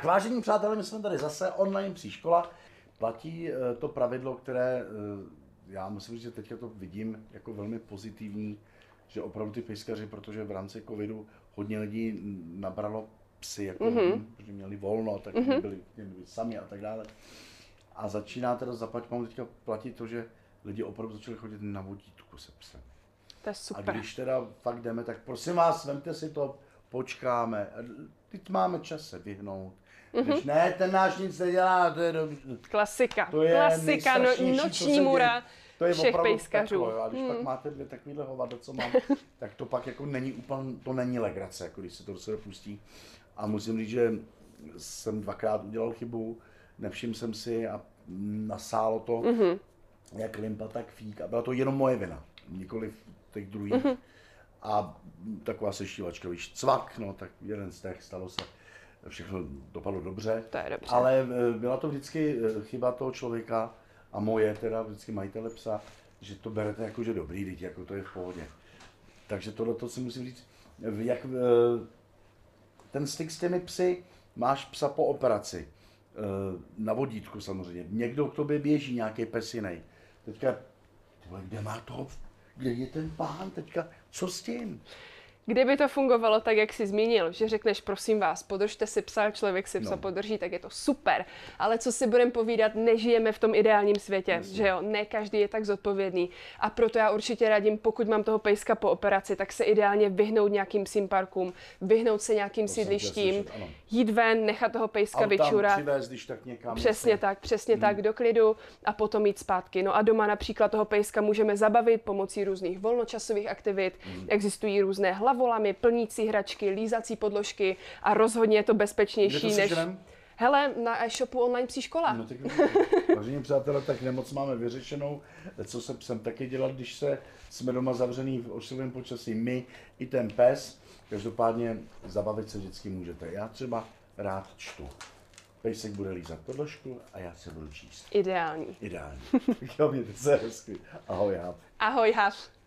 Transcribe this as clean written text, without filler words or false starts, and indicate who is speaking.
Speaker 1: Tak, vážení přátelé, my jsme tady zase online psí škola. Platí to pravidlo, které já musím říct, že teďka to vidím jako velmi pozitivní, že opravdu ty pejskaři, protože v rámci covidu hodně lidí nabralo psy, jako, protože měli volno, tak byli sami a tak dále. A začíná teda zaplať, mám teďka platit to, že lidi opravdu začali chodit na vodítku se psem.
Speaker 2: To je super.
Speaker 1: A když teda fakt jdeme, tak prosím vás, vemte si to, počkáme. Teď máme čas se vyhnout. Když ne, ten náš nic nedělá, to je dobře.
Speaker 2: Klasika.
Speaker 1: To je
Speaker 2: Klasika, noční můra všech pejskařů.
Speaker 1: A když pak máte dvě takovýhle hovada, co mám, tak to pak jako není úplně, to není legrace, jako když se to do sebe pustí. A musím říct, že jsem dvakrát udělal chybu, nevšiml jsem si a nasálo to, jak limpa, tak fík. A byla to jenom moje vina, nikoliv těch druhých. A taková seštívačka, víš, cvak, no tak jeden z těch, stalo se, všechno dopadlo dobře.
Speaker 2: To je dobře.
Speaker 1: Ale byla to vždycky chyba toho člověka a moje, teda vždycky majitele psa, že to berete jako, že dobrý, teď jako to je v pohodě. Takže tohle si musím říct, jak ten styk s těmi psy, máš psa po operaci, na vodítku samozřejmě, někdo k tobě běží, nějaký pes jiný. Teďka, kde má to, kde je ten pán teďka, co s tím?
Speaker 2: Kdyby to fungovalo tak, jak jsi zmínil, že řekneš, prosím vás, podržte si psa, člověk si psa podrží, tak je to super. Ale co si budeme povídat, nežijeme v tom ideálním světě, že jo, ne každý je tak zodpovědný. A proto já určitě radím, pokud mám toho pejska po operaci, tak se ideálně vyhnout nějakým psím parkům, vyhnout se nějakým sídlištím, jít ven, nechat toho pejska vyčurat.
Speaker 1: Přivést, když tak někam.
Speaker 2: Přesně tak, do klidu a potom jít zpátky. No a doma například toho pejska můžeme zabavit pomocí různých volnočasových aktivit, existují různé hlavolamy, plnící hračky, lízací podložky a rozhodně je to bezpečnější než... Hele, na e-shopu online psí škola.
Speaker 1: No tak vážení přátelé, tak nemoc máme vyřešenou, co se psem taky dělat, když jsme doma zavřený v ošklivém počasí, my i ten pes. Každopádně zabavit se vždycky můžete. Já třeba rád čtu. Pejsek bude lízat podložku a já se budu číst.
Speaker 2: Ideální.
Speaker 1: Jo, mějte se hezky. Ahoj, Hav.
Speaker 2: Ahoj, Hav.